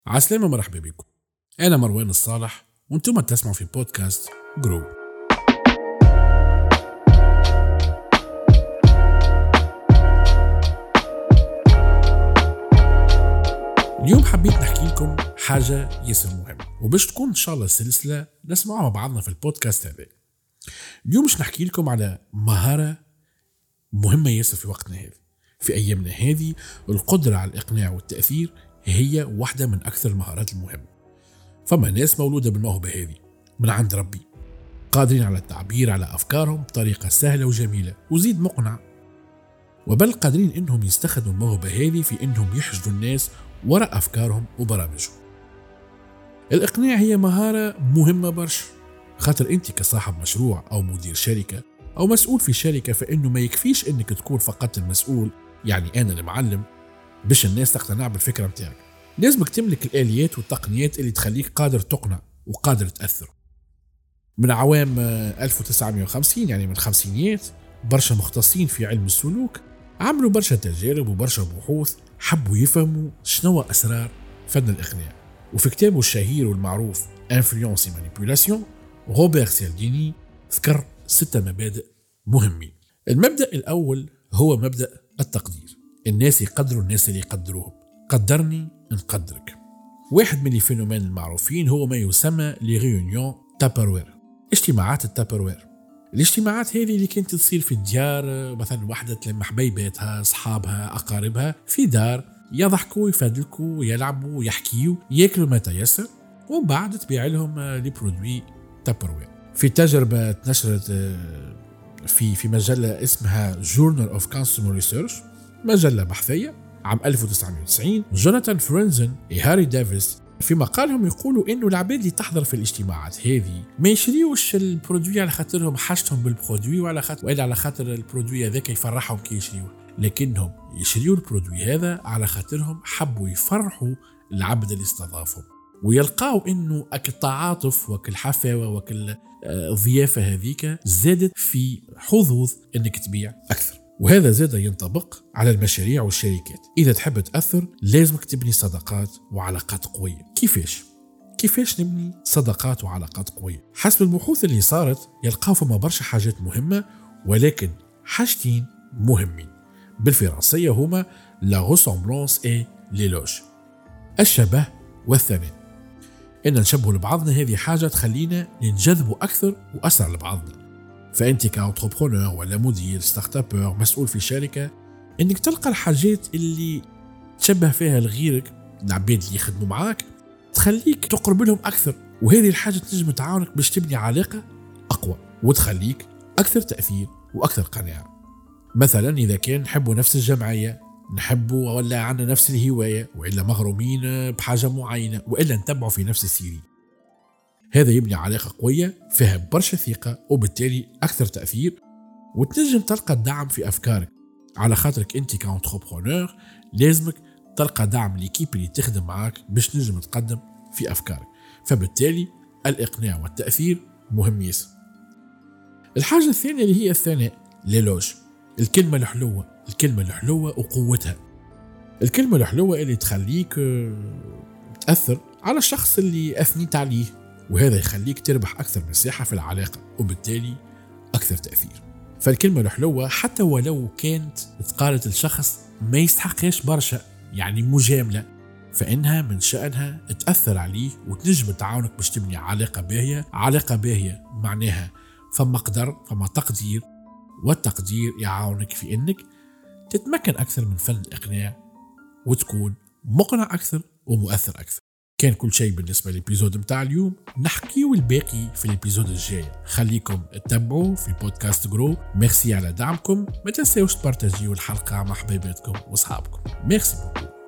عسلامة، مرحبا بكم. أنا مروان الصالح وانتم تسمعوا في بودكاست جرو. اليوم حبيت نحكي لكم حاجة ياسر مهمة، وباش تكون إن شاء الله سلسلة نسمعها بعضنا في البودكاست هذا. اليوم مش نحكي لكم على مهارة مهمة ياسر في وقتنا هذا، في أيامنا هذه. القدرة على الإقناع والتأثير هي واحدة من أكثر المهارات المهمة. فما ناس مولودة بالموهبة هذه من عند ربي، قادرين على التعبير على أفكارهم بطريقة سهلة وجميلة وزيد مقنع، وبل قادرين إنهم يستخدموا الموهبة هذه في إنهم يحشدوا الناس وراء أفكارهم وبرامجهم. الإقناع هي مهارة مهمة برشا، خاطر أنت كصاحب مشروع أو مدير شركة أو مسؤول في شركة، فإنه ما يكفيش إنك تكون فقط المسؤول، يعني أنا المعلم، باش الناس تقتنع بالفكرة متاعك. لازمك تملك الآليات والتقنيات اللي تخليك قادر تقنع وقادر تأثر. من عوام 1950، يعني من الخمسينيات، برشا مختصين في علم السلوك عملوا برشا تجارب وبرشا بحوث، حبوا يفهموا شنو أسرار فن الإقناع. وفي كتابه الشهير والمعروف Influence et Manipulation، روبير سيالديني ذكر 6 مبادئ مهمين. المبدأ الأول هو مبدأ التقدير. الناس يقدروا الناس اللي يقدروهم، قدرني نقدرك. واحد من الفينومين المعروفين هو ما يسمى لي ريونيون تابروير، اجتماعات التابروير. الاجتماعات هذه اللي كانت تصير في الديار، مثلا واحدة تلم حبيباتها، أصحابها، أقاربها في دار، يضحكوا يفادلكوا يلعبوا يحكيوا ياكلوا ما تيسر، ومن بعد تبيع لهم لي برودوي تابروير. في تجربة تنشرت في مجلة اسمها Journal of Consumer Research، مجلة بحثية، عام 1990. جوناثان فرينزن وهاري ديفيس في مقالهم يقولوا إنه العباد اللي تحضر في الاجتماعات هذه ما يشريوش البرودوي على خاطرهم حاجتهم بالبرودوي وإلا على خاطر البرودوي هذاك يفرحهم كي يشريوه، لكنهم يشريوا البرودوي هذا على خاطرهم حبوا يفرحوا العبد اللي استضافهم، ويلقاوا إنه التعاطف والحفاوة والضيافة هذيك زادت في حظوظ إنك تبيع أكثر. وهذا زاد ينطبق على المشاريع والشركات. إذا تحب تأثر لازمك تبني صداقات وعلاقات قوية. كيفاش نبني صداقات وعلاقات قوية؟ حسب البحوث اللي صارت يلقاو فما برشا حاجات مهمة، ولكن حاجتين مهمين بالفرنسية هما لا ressemblance et l'éloge، الشبه والثناء. إن نشبه لبعضنا هذه حاجة تخلينا ننجذبوا أكثر وأسرع لبعضنا. فأنت كأنتربرونور ولا مدير ستارت ابر مسؤول في شركة، إنك تلقى الحاجات اللي تشبه فيها لغيرك، العباد اللي يخدموا معاك، تخليك تقرب لهم أكثر، وهذه الحاجة تنجم تعاونك باش تبني علاقة أقوى وتخليك أكثر تأثير وأكثر قناعة. مثلا إذا كان نحبوا نفس الجمعية، نحبوا ولا عنا نفس الهواية، وإلا مغرومين بحاجة معينة، وإلا نتبعوا في نفس السيري، هذا يبني علاقة قوية فيها برشا ثقة وبالتالي أكثر تأثير، وتنجم تلقى الدعم في أفكارك. على خاطرك أنت كأنتربرونور لازمك تلقى دعم ليكيب اللي تخدم معاك باش تنجم تقدم في أفكارك، فبالتالي الإقناع والتأثير مهم ياسر. الحاجة الثانية اللي هي الثناء، ليلوج، الكلمة الحلوة وقوتها. الكلمة الحلوة اللي تخليك تأثر على الشخص اللي أثنيت عليه، وهذا يخليك تربح أكثر مساحة في العلاقة وبالتالي أكثر تأثير. فالكلمة الحلوة حتى ولو كانت تقالت الشخص ما يستحقش برشا، يعني مجاملة، فإنها من شأنها تأثر عليه وتنجم تعاونك باش تبني علاقة باهية معناها فما تقدير، والتقدير يعاونك في إنك تتمكن أكثر من فن الإقناع وتكون مقنع أكثر ومؤثر أكثر. كان كل شيء بالنسبة للإبيزود متاع اليوم، نحكيو الباقي في الإبيزود الجاي. خليكم تتابعوا في بودكاست جرو. ميرسي على دعمكم، ما تنساوش تبارتاجيو الحلقة مع حبيباتكم وصحابكم. ميرسي بوكو.